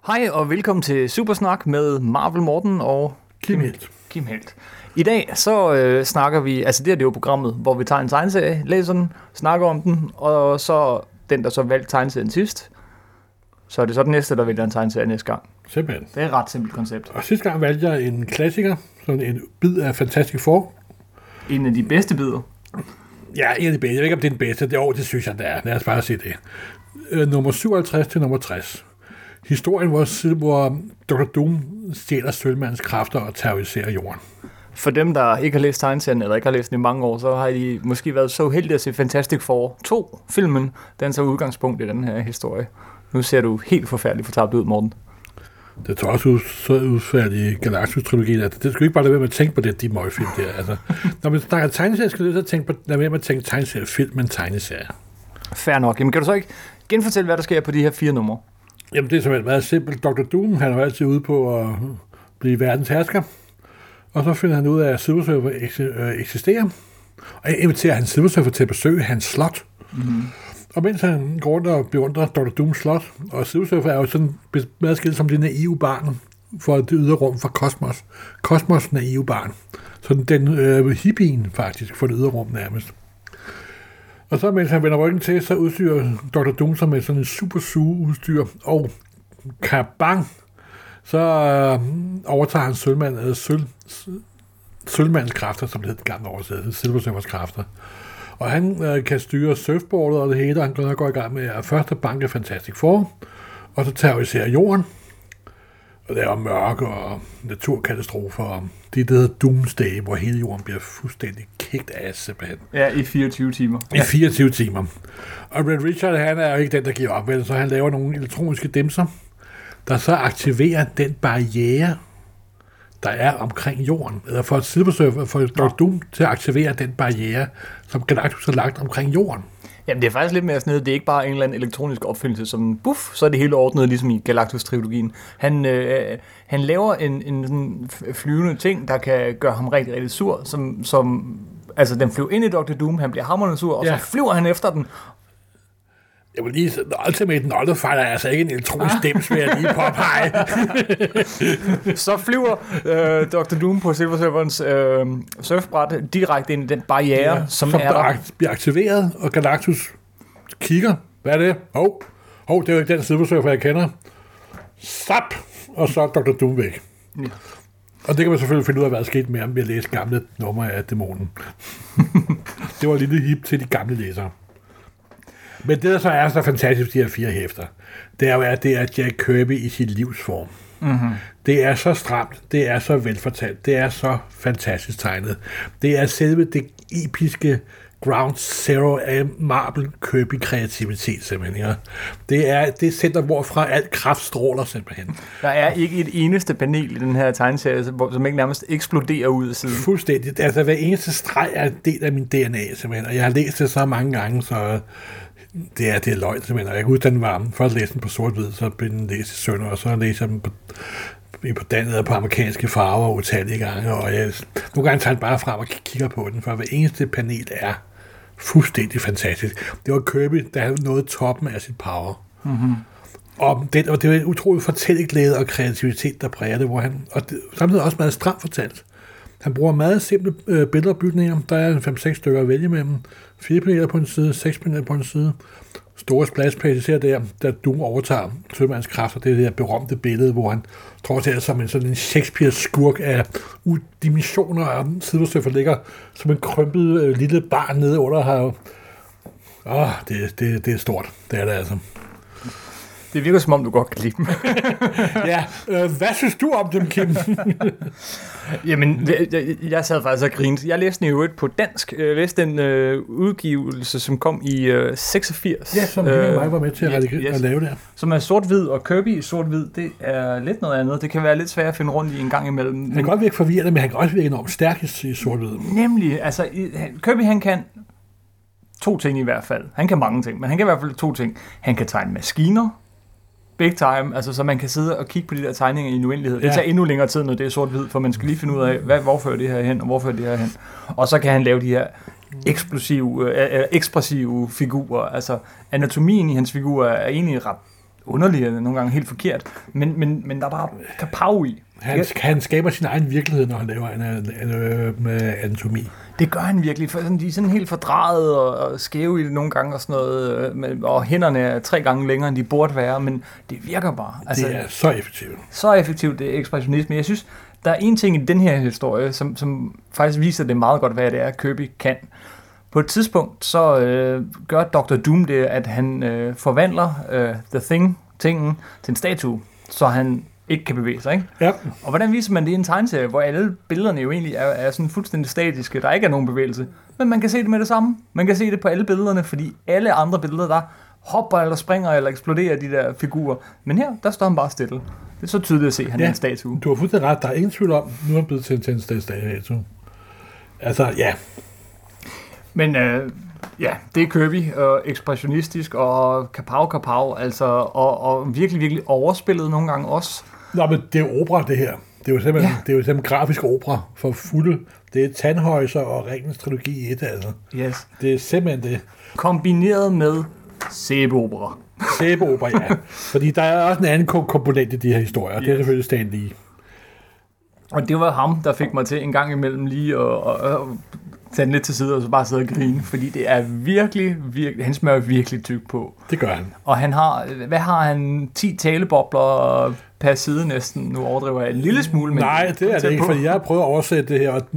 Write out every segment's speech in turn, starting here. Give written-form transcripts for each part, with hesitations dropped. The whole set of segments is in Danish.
Hej og velkommen til Supersnak med Marvel Morten og Kim Helt. I dag så snakker vi, altså det er jo programmet, hvor vi tager en tegneserie, læser den, snakker om den, og så den, der så valgte tegneserien sidst, så er det så den næste, der vælger en tegneserie næste gang. Simpelthen. Det er et ret simpelt koncept. Og sidste gang valgte jeg en klassiker, sådan en bid af Fantastic Four. En af de bedste bidder. Ja, en af de bedste. Jeg ved ikke, om det er den bedste. Det synes jeg, det er. Lad os bare se det. Nummer 57 til nummer 60. Historien, hvor Dr. Doom stjæler Sølvmandens kræfter og terroriserer jorden. For dem, der ikke har læst tegneserien, eller ikke har læst den i mange år, så har de måske været så heldige at se Fantastic Four 2-filmen. Den så udgangspunkt i den her historie. Nu ser du helt forfærdeligt fortabt ud, Morten. Det tager også udfærdigt i Galactus-trilogien. Altså, det skal ikke bare lade være med at tænke på de møgfilm der. Altså, når man snakker tegneserie, skal du så tænke på, lade være med at tænke tegneserie-film, men tegneserie. Fair nok. Jamen, kan du så ikke genfortælle, hvad der sker på de her 4 numre? Jamen, det er simpelthen meget simpelt. Dr. Doom, han er jo altid ude på at blive verdens hersker. Og så finder han ud af, at Silver Surfer eksisterer. Og inviterer han Silver Surfer til at besøge hans slot. Mm-hmm. Og mens han går rundt og beundrer Dr. Dooms slot, og Silver Surfer er jo sådan meget skilt som det naive barn for det ydre rum for Kosmos. Kosmos naive barn. Sådan den hippien faktisk for det ydre rum nærmest. Og så mens han vender ryggen til, så udstyrer Dr. Doom sig med sådan en super udstyr, og kabang, så overtager han Sølvmandens kræfter, som det hed den gamle oversættelse, Silver Surfers kræfter. Og han kan styre surfboardet og det hele, og han går i gang med at først banke Fantastic Four, og så terrorisere jorden, og der er mørke og naturkatastrofer, og det hedder Doomsday, hvor hele jorden bliver fuldstændig kicked ass, simpelthen. Ja, i 24 timer. I 24 timer. Og Red Richard, han er jo ikke den, der giver op, vel? Så han laver nogle elektroniske dimser, der så aktiverer den barriere, der er omkring jorden, eller for Silver Surfer, for Dr. Doom til at aktivere den barriere, som Galactus har lagt omkring jorden. Jamen, det er faktisk lidt mere sådan noget. Det er ikke bare en eller anden elektronisk opfindelse, som buff, så er det hele ordnet, ligesom i Galactus-trilogien. Han laver en flyvende ting, der kan gøre ham rigtig, rigtig sur, som altså, den flyver ind i Dr. Doom, han bliver hamrende sur, og så flyver han efter den. Jeg vil lige, Ultimate Nullifier er altså ikke en elektronisk dims, vil jeg lige påpege. Så flyver Dr. Doom på Silver Surferens surfbræt direkte ind i den barriere, som er der. Bliver aktiveret, og Galactus kigger. Hvad er det? Det er jo ikke den Silver Surfer, jeg kender. Stop! Og så er Dr. Doom væk. Ja. Og det kan man selvfølgelig finde ud af, hvad der skete med ham ved at læse gamle numre af Dæmonen. Det var et lille hip til de gamle læsere. Men det, der så er så fantastisk, de her 4 hæfter, det er jo, at det er Jack Kirby i sit livsform. Mm-hmm. Det er så stramt, det er så velfortalt, det er så fantastisk tegnet. Det er selve det episke ground zero af Marvel Kirby-kreativitet, simpelthen. Ja. Det er det center, hvorfra alt kraft stråler, simpelthen. Der er ikke et eneste panel i den her tegneserie, som ikke nærmest eksploderer ud af siden. Fuldstændig. Altså, hver eneste streg er en del af min DNA, simpelthen. Og jeg har læst det så mange gange, så det er løgn, simpelthen. Og jeg kan huske, den varme. Først læste den på sort-hvid, så blev den læst i sønder, og så læser jeg den på dannet og på amerikanske farver utallige gange. Og nogle gange tager den bare frem og kigger på den, for hver eneste panel er fuldstændig fantastisk. Det var Kirby, der havde nået toppen af sit power. Mm-hmm. Og det var en utrolig fortælleglæde og kreativitet, der præger det, hvor han, og det, samtidig også meget stramt fortalt. Han bruger meget simple billedopbygninger. Der er 5-6 stykker at vælge mellem. 4 paneler på en side, 6 paneler på en side. Store splashpages her der Doom overtager Sølvmandens kræfter. Det er det der berømte billede, hvor han tror til som sådan en Shakespeare-skurk af dimensioner, og Silver Surfer ligger som en krympet lille barn nede under her. Det er stort. Det er det altså. Det virker som om, du godt kan lide dem. Ja, hvad synes du om dem, Kim? Jamen, jeg sad faktisk og grinte. Jeg læste den i øvrigt på dansk. Jeg læste den udgivelse, som kom i 86. Ja, som mig var med til at lave det. Som er sort-hvid, og Kirby i sort-hvid, det er lidt noget andet. Det kan være lidt svært at finde rundt i en gang imellem. Han kan godt virke forvirrende, men han kan også virke enormt stærkest i sort-hvid. Nemlig, altså Kirby, han kan 2 ting i hvert fald. Han kan mange ting, men han kan i hvert fald 2 ting. Han kan tegne maskiner, big time, altså så man kan sidde og kigge på de der tegninger i en uendelighed. Det tager endnu længere tid, når det er sort-hvid, for man skal lige finde ud af, hvor fører det her hen, og hvor fører det her hen. Og så kan han lave de her ekspressive figurer. Altså anatomien i hans figurer er egentlig ret underlig, eller nogle gange helt forkert, men der er bare kapav i. Han skaber sin egen virkelighed, når han laver med anatomi. Det gør han virkelig, for de er sådan helt fordrejet og skæve i det nogle gange og sådan noget, og hænderne er 3 gange længere, end de burde være, men det virker bare. Altså, det er så effektivt. Så effektivt, det er ekspressionisme. Jeg synes, der er en ting i den her historie, som faktisk viser det meget godt, hvad det er, Kirby kan. På et tidspunkt, så gør Dr. Doom det, at han forvandler The Thing-tingen til en statue, så han ikke kan bevæge sig, ikke? Ja. Og hvordan viser man det i en tegneserie, hvor alle billederne jo egentlig er sådan fuldstændig statiske, der ikke er nogen bevægelse, men man kan se det med det samme. Man kan se det på alle billederne, fordi alle andre billeder, der hopper eller springer eller eksploderer de der figurer. Men her, der står han bare stille. Det er så tydeligt at se, at han er en statue. Du har fuldstændig ret. Der er ingen tvivl om, nu er han blevet til en statue. Altså, ja. Men ja, det er Kirby, ekspressionistisk og kapav, altså, og virkelig, virkelig overspillet nogle gange også. Nå, men det er opera, det her. Det er jo simpelthen grafisk opera for fulde. Det er Tannhäuser og Ringens trilogi i et, altså. Yes. Det er simpelthen det. Kombineret med sæbeopera. Sæbeopera, ja. Fordi der er også en anden komponent i de her historier, og det er selvfølgelig Stan Lee. Og det var ham, der fik mig til en gang imellem lige at tage den lidt til side, og så bare sidde og grine, fordi det er virkelig, han smører virkelig tyk på. Det gør han. Og han har, hvad har han, 10 talebobler per side næsten, nu overdriver jeg en lille smule. Men nej, det er det ikke, fordi jeg har prøvet at oversætte det her, og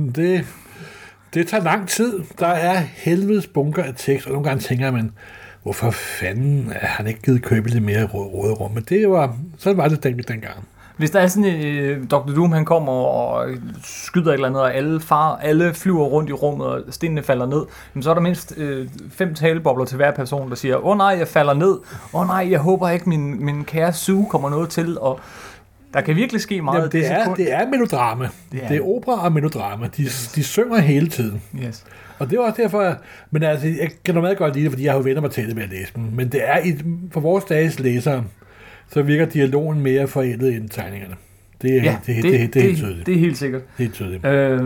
det tager lang tid. Der er helvedes bunker af tekst, og nogle gange tænker man, hvorfor fanden er han ikke givet Kirby lidt mere råderum? Men sådan var det dengang. Hvis der er sådan Dr. Doom, han kommer og skyder et eller andet, og alle flyver rundt i rummet, og stenene falder ned, så er der mindst 5 talebobler til hver person, der siger, nej, jeg falder ned, nej, jeg håber ikke, min kære Sue kommer noget til, og der kan virkelig ske meget. Jamen, det er melodrama. Det er opera og melodrama. De synger hele tiden. Yes. Og det er også derfor, men altså, jeg kan meget godt lide det, fordi jeg har jo venner mig til det med at læse dem, men det er for vores dages læsere, så virker dialogen mere forældet end tegningerne. Det er helt tydeligt. Det er helt sikkert. Helt tydeligt.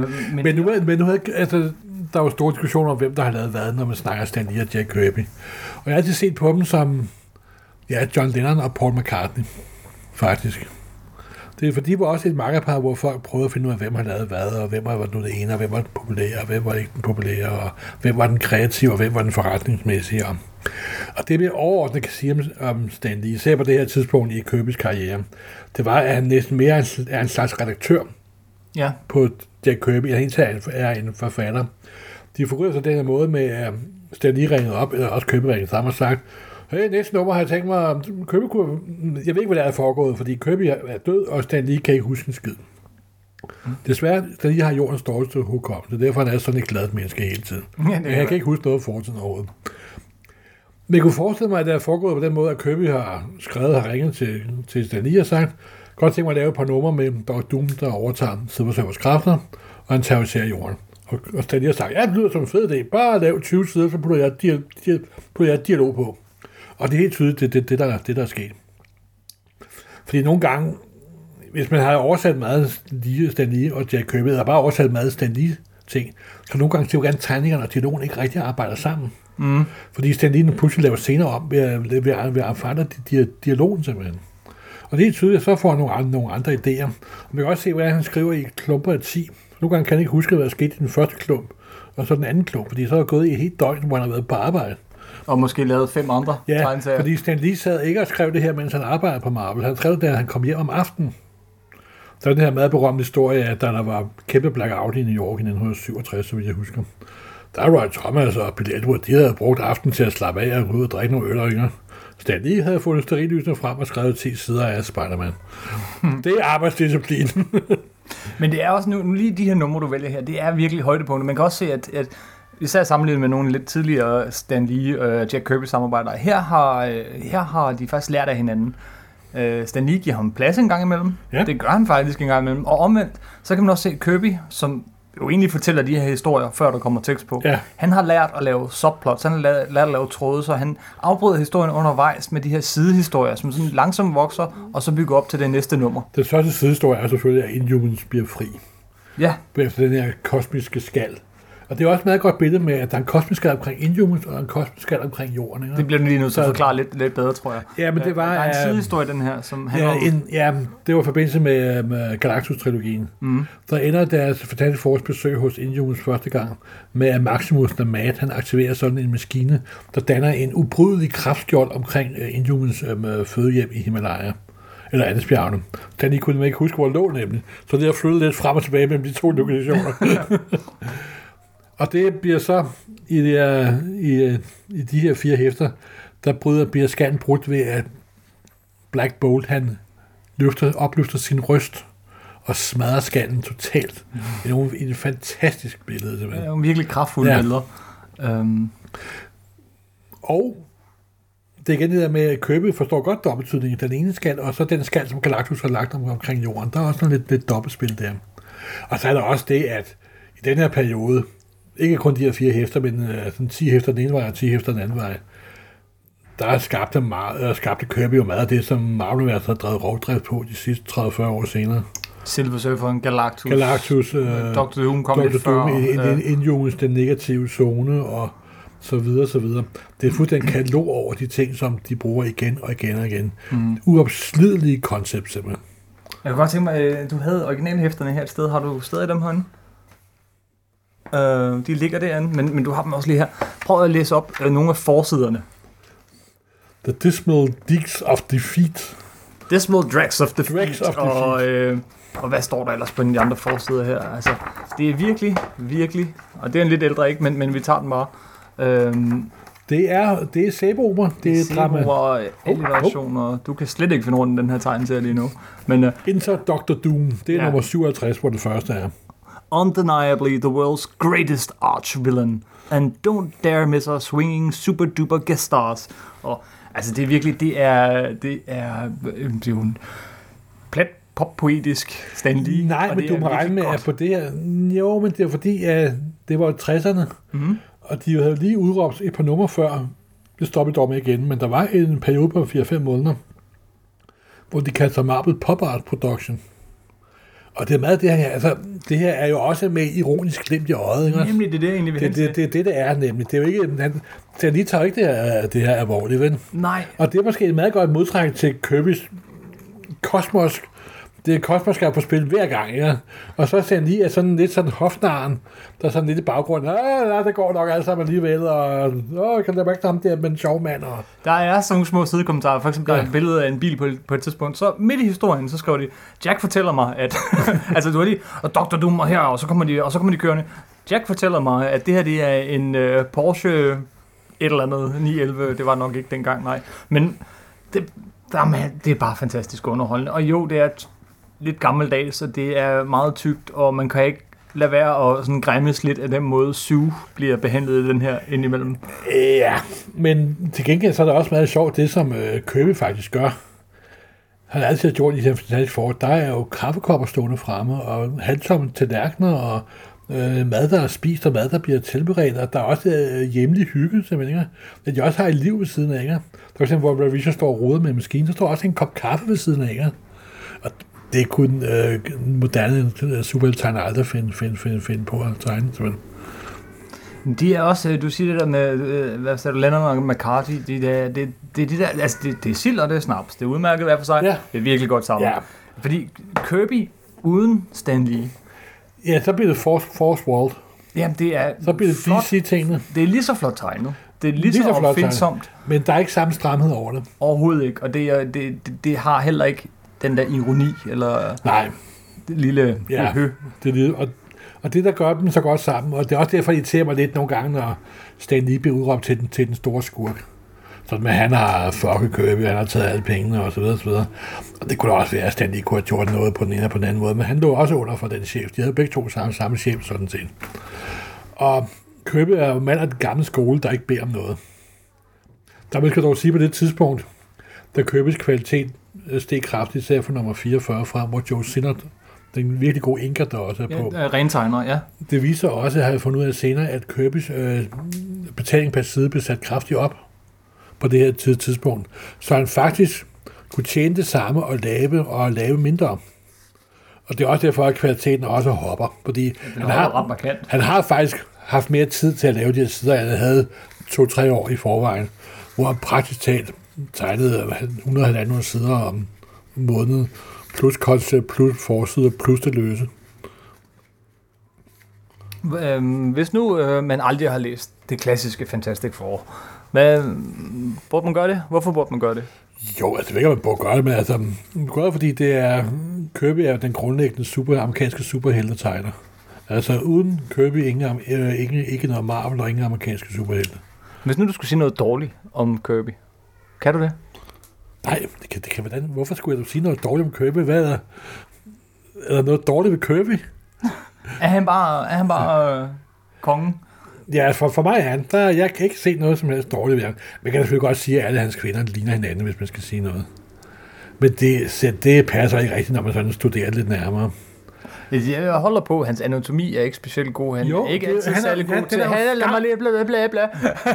Men nu altså, der er jo store diskussioner om, hvem der har lavet hvad, når man snakker Stan Lee og Jack Kirby. Og jeg har altid set på dem som John Lennon og Paul McCartney, faktisk. Det er fordi, det var også et makkerpar, hvor folk prøvede at finde ud af, hvem har lavet hvad, og hvem var nu det ene, og hvem var den populære, og hvem var ikke den populære, og hvem var den kreative, og hvem var den forretningsmæssige. Og det, vi overordnet kan sige om Stan Lee, især på det her tidspunkt i Kirbys karriere, det var, at han næsten mere er en slags redaktør på Jack Kirby, og helt er en forfatter. De forryder sig den her måde med, at Stan Lee ringede op, eller også Kirby ringede sammen og sagt, hey, næste nummer har jeg tænkt mig, Kirby kunne, jeg ved ikke, hvad der er foregået, fordi Kirby er død, og Stan Lee kan ikke huske en skid. Desværre, Stan Lee har jordens dårligste hukommelse, derfor han er sådan et glad menneske hele tiden. Jeg kan ikke huske noget fortiden overhovedet. Men jeg kunne forestille mig, at det er foregået på den måde, at Kirby har ringet til Stan Lee og sagt, godt tænke mig at lave et par numre med Dr. Doom, der overtager Silver kræfter, og han terroriserer jorden. Og Stan Lee har sagt, det lyder som en fed idé, bare lav 20 sider, så putter jeg dialog på. Og det er helt tydeligt, det der er sket. Fordi nogle gange, hvis man har oversat meget Stan Lee og Jack Kirby, eller bare oversat meget Stan Lee ting, så nogle gange gerne tegningerne og dialogen ikke rigtig arbejder sammen. Fordi Stan Lee pludselig laver scener om ved at forandre dialogen simpelthen. Og det er tydeligt, at så får han nogle andre idéer. Og man kan også se, hvad han skriver i klumper af 10. Nogle gange kan han ikke huske, hvad der skete i den første klump, og så den anden klump, fordi så er der gået i et helt døgn, hvor han har været på arbejde. Og måske lavet 5 andre tegneserier. Fordi Stan Lee sad ikke og skrev det her, mens han arbejdede på Marvel. Han skrev det, da han kom hjem om aftenen. Så er den her meget berømte historie, at der var kæmpe blackout i New York i 1967, så vidt jeg husker. Der er Roy Thomas og Bill Edward, de havde brugt aftenen til at slappe af og gå ud og drikke nogle øl og yngre. Stan Lee havde fundet stearinlysene frem og skrevet 10 sider af Spider-Man. Det er arbejdsdisciplin. Men det er også nu lige de her numre, du vælger her, det er virkelig højdepunkter. Man kan også se, at især sammenlignet med nogle lidt tidligere Stan Lee og Jack Kirby samarbejder, her har de faktisk lært af hinanden. Stan Lee giver ham plads en gang imellem. Ja. Det gør han faktisk en gang imellem. Og omvendt, så kan man også se Kirby, som jo egentlig fortæller de her historier, før der kommer tekst på. Ja. Han har lært at lave subplots, han har lært at lave tråde, så han afbryder historien undervejs med de her sidehistorier, som sådan langsomt vokser, og så bygger op til det næste nummer. Den første sidehistorie er selvfølgelig, at Inhumans bliver fri. Ja. Efter den her kosmiske skal. Og det er også et meget godt billede med, at der er en kosmisk skala omkring Inhumans, og en kosmisk skala omkring jorden. Ikke? Det bliver lige nødt til at forklare lidt bedre, tror jeg. Ja, men det var... Der er en sidehistorie, den her, som handler om... det var i forbindelse med Galactus-trilogien. Der ender deres Fantastic Fours besøg hos Inhumans første gang, med at Maximus Namat, han aktiverer sådan en maskine, der danner en ubrydelig kraftskjold omkring Inhumans fødehjem i Himalaya. Eller Andesbjergene. Den kunne ikke huske, hvor lå nemlig. Så det har flyttet lidt frem og tilbage mellem de to lokationer. Og det bliver så i de her 4 hæfter, der bliver skallen brudt ved, at Black Bolt, han opløfter sin røst og smadrer skallen totalt. Det er en fantastisk billede. Det er jo virkelig kraftfulde billeder. Og det er igen det der med, at Kirby forstår godt dobbeltbetydningen i den ene skal, og så den skal, som Galactus har lagt omkring jorden. Der er også noget lidt dobbeltspil der. Og så er der også det, at i den her periode, ikke kun de her 4 hæfter, men sådan 10 hæfter den ene vej og 10 hæfter den anden vej, der skabte Kirby jo meget af det, som Marvel-universet har drevet rovdrift på de sidste 30-40 år senere. Silver Surferen, Galactus, Dr. Doom kom lidt før. Inhumans, den negative zone, og så videre, så videre. Det er fuldstændig en katalog over de ting, som de bruger igen og igen og igen. Uopslidelige koncept, simpelthen. Jeg kunne godt tænke mig, du havde originalhæfterne her et sted. Har du stadig dem herinde? De ligger derinde, men du har dem også lige her. Prøv at læse op nogle af forsiderne. The Dismal Deeds of Defeat. Dismal Dregs of Defeat. Og hvad står der ellers på de andre forsider her? Altså, det er virkelig, og det er en lidt ældre, ikke, men vi tager den bare. Det er sæbeopera. Det er sæbeopera, alliterationer. Du kan slet ikke finde rundt den her tegneserie lige nu. Men, Enter Dr. Doom. Det er nummer 57, hvor det første er. Undeniably the world's greatest arch-villain. And don't dare miss our swinging super-duper guest stars. Og altså, det er virkelig, det er jo en plet pop-poetisk Stan Lee. Nej, men du må regne med, at på det her... Jo, men det er fordi, at det var 60'erne. Og de havde lige udråbt et par numre før. Det stoppede dog med igen, men der var en periode på 4-5 måneder, hvor de kaldte sig Marvel Pop Art Production. Og det er meget det her, altså, det her er jo også med ironisk glimt i øjet, ikke? Nemlig, det er det egentlig, vi det er nemlig. Det er jo ikke, Stan Lee tager ikke det her alvorligt, ven? Nej. Og det er måske et meget godt modtræk til Kirby's Cosmos. Det er Cosmos, skal på spil hver gang, ja. Og så ser lige, at sådan lidt sådan hofnaren, der er sådan lidt i baggrunden, det går nok alle sammen alligevel, og kan der ikke ham der med en sjov mand? Og... Der er sådan nogle små sidekommentarer, for eksempel der er et billede af en bil på et tidspunkt, så midt i historien, så skriver de, Jack fortæller mig, at, altså du har lige, og Dr. Doom er her, og så kommer de kørende. Jack fortæller mig, at det her, det er en Porsche et eller andet, 911, det var nok ikke dengang, nej. Men det er bare fantastisk underholdende, og jo, det er lidt gammeldags, så det er meget tykt, og man kan ikke lade være at sådan græmmes lidt af den måde, Sue bliver behandlet i den her indimellem. Ja, men til gengæld så er det også meget sjovt, det som Kirby faktisk gør. Han har altid gjort i den fantastiske forhold. Der er jo kaffekopper stående fremme, og halvtomme tallerkener, og mad, der er spist, og mad, der bliver tilberedt, og der er også hjemlig hygge, simpelthen, ikke? At de også har et liv ved siden af, ikke? For eksempel, hvor Ravisha står og roder med maskinen, der står også en kop kaffe ved siden af, ikke? Og det kunne moderne superheltegner aldrig finde på at tegne, simpelthen. De er også, du siger det der med, hvad sagde du, Lennon og McCarthy, det er sild og det er snaps. Det er udmærket hver for sig. Ja. Det er virkelig godt sammen. Ja. Fordi Kirby uden Stan Lee. Ja, så bliver det Force World. Jamen, det er så bliver det DC-tingene. Det er lige så flot tegnet. Det er lige så opfindsomt. Men der er ikke samme stramhed over det. Overhovedet ikke. Og det har heller ikke den der ironi, eller nej. Det lille hø. Det lille, og det, der gør dem så godt sammen, og det er også derfor, det irriterer mig lidt nogle gange, når Stan Lee bliver udråbt til den store skurk. Sådan at han har fucket Kirby, han har taget alle pengene, og så videre, og så videre. Og det kunne da også være, at Stan Lee kunne have gjort noget på den ene og på den anden måde, men han lå også under for den chef. De havde begge to samme chef, sådan set. Og Kirby er jo mand af den gamle skole, der ikke beder om noget. Der skal dog sige på det tidspunkt, da Kirbys kvalitet steg kraftigt, især for nummer 44 frem, hvor Joe Sinnott, den virkelig gode inker, der også er på. Ja, rentegner, ja. Det viser også, at jeg har fundet ud af senere, at Kirbys betaling per side blev sat kraftigt op på det her tidspunkt. Så han faktisk kunne tjene det samme og lave mindre. Og det er også derfor, at kvaliteten også hopper. Fordi han har faktisk haft mere tid til at lave de her sider, end jeg havde 2-3 år i forvejen, hvor jeg praktisk talt tegnede 100-150 sider om måneden, plus koncept, plus forsider, plus det løse. Hvis nu man aldrig har læst det klassiske Fantastic Four, burde man gøre det? Hvorfor burde man gøre det? Jo, altså det ved ikke, om man burde gøre det, men altså, man gør det, fordi det er, Kirby er den grundlæggende amerikanske superheltetegner. Altså uden Kirby, ikke noget Marvel og ingen amerikanske superhelte. Hvis nu du skulle sige noget dårligt om Kirby, kan du det? Nej, det kan hvordan? Hvorfor skulle jeg sige noget dårligt om Kirby? Hvad er der noget dårligt ved Kirby? Er han bare kongen? Ja, for mig er han. Jeg kan ikke se noget som helst dårligt ved ham. Man kan selvfølgelig godt sige, at alle hans kvinder ligner hinanden, hvis man skal sige noget. Men det passer ikke rigtigt, når man sådan studerer lidt nærmere. Jeg holder på, hans anatomi er ikke specielt god. Han er ikke altid særlig god til. Lad mig lige bla.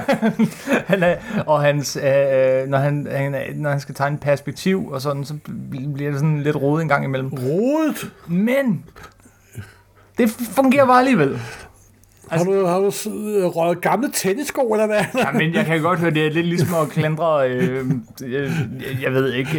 Og hans, når han skal tegne perspektiv og sådan, så bliver det sådan lidt rodet en gang imellem. Rodet? Men det fungerer bare alligevel. Altså, har du røget gamle tennisko, eller hvad? Ja, men jeg kan godt høre, det er lidt ligesom at klandre, jeg ved ikke,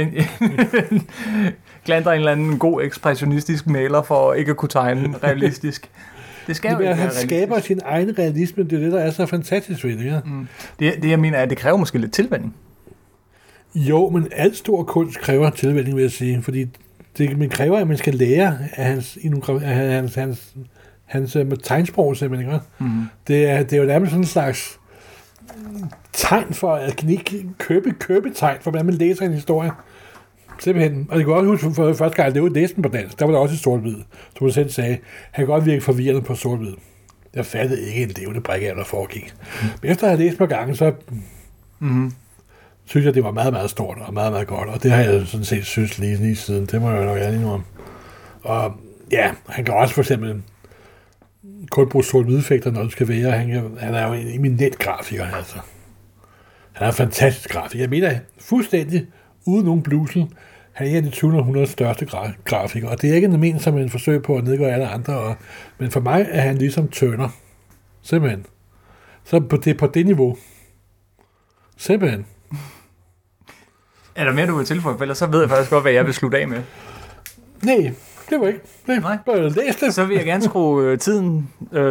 klandre en eller anden god ekspressionistisk maler for ikke at kunne tegne realistisk. Det skal jo ikke være han skaber sin egen realisme, det er det, der er så fantastisk ved det, ja. Det jeg mener er, at det kræver måske lidt tilvænning. Jo, men alt stor kunst kræver tilvænning, vil jeg sige, fordi man kræver, at man skal lære af hans tegnsprog, simpelthen, ikke? Mm-hmm. Det er jo nærmest sådan en slags tegn for at købetegn for, hvordan man læser en historie. Simpelthen. Og det kan også huske, for første gang, det var læsten på dansk, der var der også i sort-hvid, som du selv sagde. Han kan godt virke forvirrende på sort-hvid. Jeg fattede ikke en levende brik af, hvad der foregik. Men efter at have læst på gangen, så synes jeg, det var meget, meget stort og meget, meget godt. Og det har jeg sådan set synes lige siden. Det må jeg jo nok ærlig om. Og ja, han kan også for eksempel kun bruge sort-hvid-effekter, når det skal være. Han er jo en eminent grafiker, altså. Han er en fantastisk grafiker. Jeg mener fuldstændig uden nogen blusel. Han er en af de 200 største grafikere, og det er ikke ment som en forsøg på at nedgøre alle andre, men for mig er han ligesom Turner. Simpelthen. Så på det niveau. Simpelthen. Er der mere, du vil tilføje? For ellers så ved jeg faktisk godt, hvad jeg vil slutte af med. Nej, det var ikke. Nej. Bare læs det. Så vil jeg gerne skrue tiden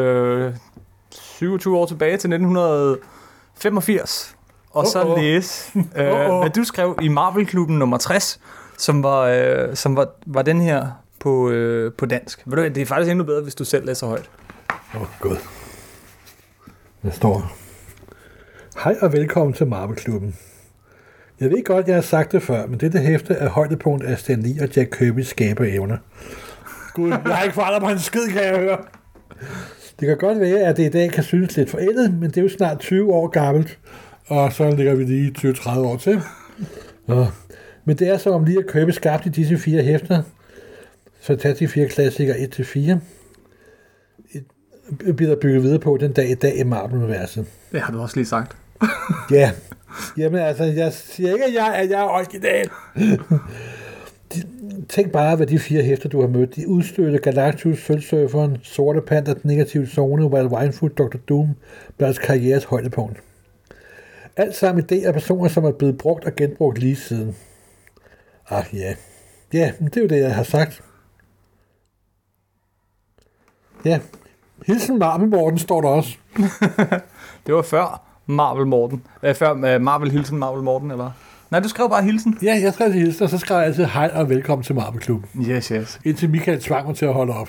27 år tilbage til 1985. Og så læse, hvad du skrev i Marvel-klubben nummer 60, som var den her på dansk. Ved du, det er faktisk endnu bedre, hvis du selv læser højt. God. Der står: Hej og velkommen til Marvel-klubben. Jeg ved godt, jeg har sagt det før, men dette hæfte er højdepunkt af Stan Lee og Jack Kirby's skaberevner. Gud, jeg har ikke forandret mig en skid, kan jeg høre. Det kan godt være, at det i dag kan synes lidt forældet, men det er jo snart 20 år gammelt. Og så ligger vi lige 20-30 år til. Men det er som om lige at Kirby skabte disse 4 hæfter. Fantastisk 4 klassikere 1-4. Bliver der bygget videre på den dag i dag i Marvel-universet. Det har du også lige sagt. Ja. Jamen altså, jeg siger ikke, at jeg er original. Tænk bare, hvad de 4 hæfter, du har mødt. De udstødte Galactus, Sølvsurferen, Sorte Panther, Den Negative Zone, Wild Winefoot, Dr. Doom, blandt karrieres højdepunkt. Alt sammen idéer af personer, som er blevet brugt og genbrugt lige siden. Ja. Ja, det er jo det, jeg har sagt. Ja. Hilsen Marvel Morten står der også. Det var før Marvel Morten. Før Marvel Hilsen Marvel Morten, eller? Nej, du skrev bare hilsen. Ja, jeg skrev til hilsen, og så skrev jeg altid hej og velkommen til Marvel-klubben. Yes. Indtil Michael tvang mig til at holde op.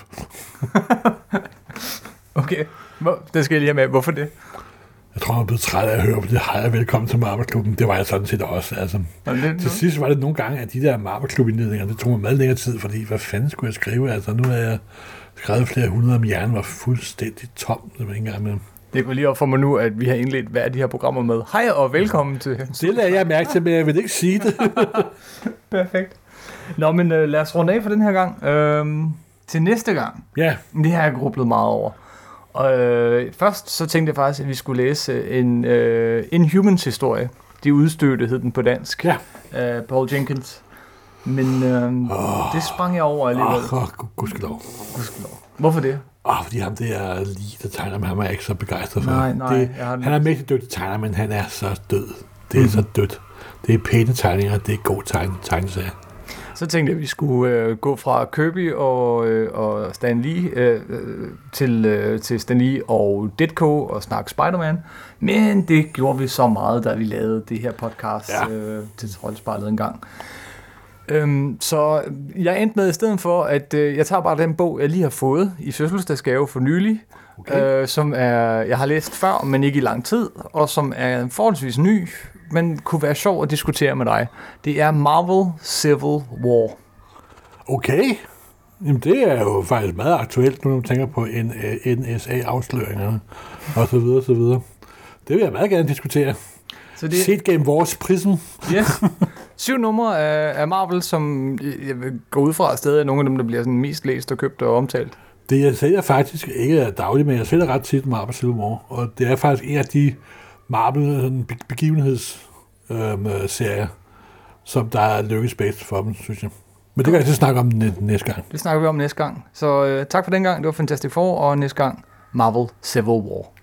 Okay, det skal jeg lige have med. Hvorfor det? Jeg tror, jeg er blevet træt af at høre på det hej og velkommen til Marvel-klubben. Det var jeg sådan set også. Altså. Til sidst var det nogle gange, at de der Marvel-klub-indledninger, det tog mig meget længere tid, fordi hvad fanden skulle jeg skrive? Altså, nu er jeg skrevet flere hundrede, om hjernen var fuldstændig tom. Det var ikke engang med. Det går lige op for mig nu, at vi har indledt hver af de her programmer med hej og velkommen til... Det lader jeg mærke til, men jeg vil ikke sige det. Perfekt. Nå, men lad os runde af for den her gang. Til næste gang. Ja. Det har jeg grublet meget over. Og først så tænkte jeg faktisk, at vi skulle læse en Inhumans historie. De udstødte hed den på dansk. Ja. Paul Jenkins. Men det sprang jeg over alligevel. Gudskelov. Hvorfor det? Fordi ham der lige, der tegner med ham, er jeg ikke så begejstret for. Nej. Han er mægtig dygtig tegner, men han er så død. Det er så dødt. Det er pæne tegninger, det er god tegneserie. Så tænkte jeg, at vi skulle gå fra Kirby og Stan Lee til Stan Lee og Ditko og snakke Spider-Man. Men det gjorde vi så meget, da vi lavede det her podcast til Troldspejlet en gang. Så jeg endte med i stedet for, at jeg tager bare den bog, jeg lige har fået i fødselsdagsgave for nylig, som jeg har læst før, men ikke i lang tid, og som er forholdsvis ny, men kunne være sjov at diskutere med dig. Det er Marvel Civil War. Okay. Jamen, det er jo faktisk meget aktuelt, når man tænker på NSA-afsløringer og så videre, så videre. Det vil jeg meget gerne diskutere. Så det... Set gennem vores prism. Yes. 7 numre af Marvel, som jeg vil gå ud fra stadig er nogle af dem, der bliver sådan mest læst og købt og omtalt. Det jeg sælger faktisk ikke er dagligt, men jeg sælger ret tit Marvel Civil War, og det er faktisk en af de Marvel-begivenhedsserier, som der er lykkes bedst for dem, synes jeg. Men det kan jeg så snakke om næste gang. Det snakker vi om næste gang. Så tak for den gang. Det var Fantastic Four, og næste gang Marvel Civil War.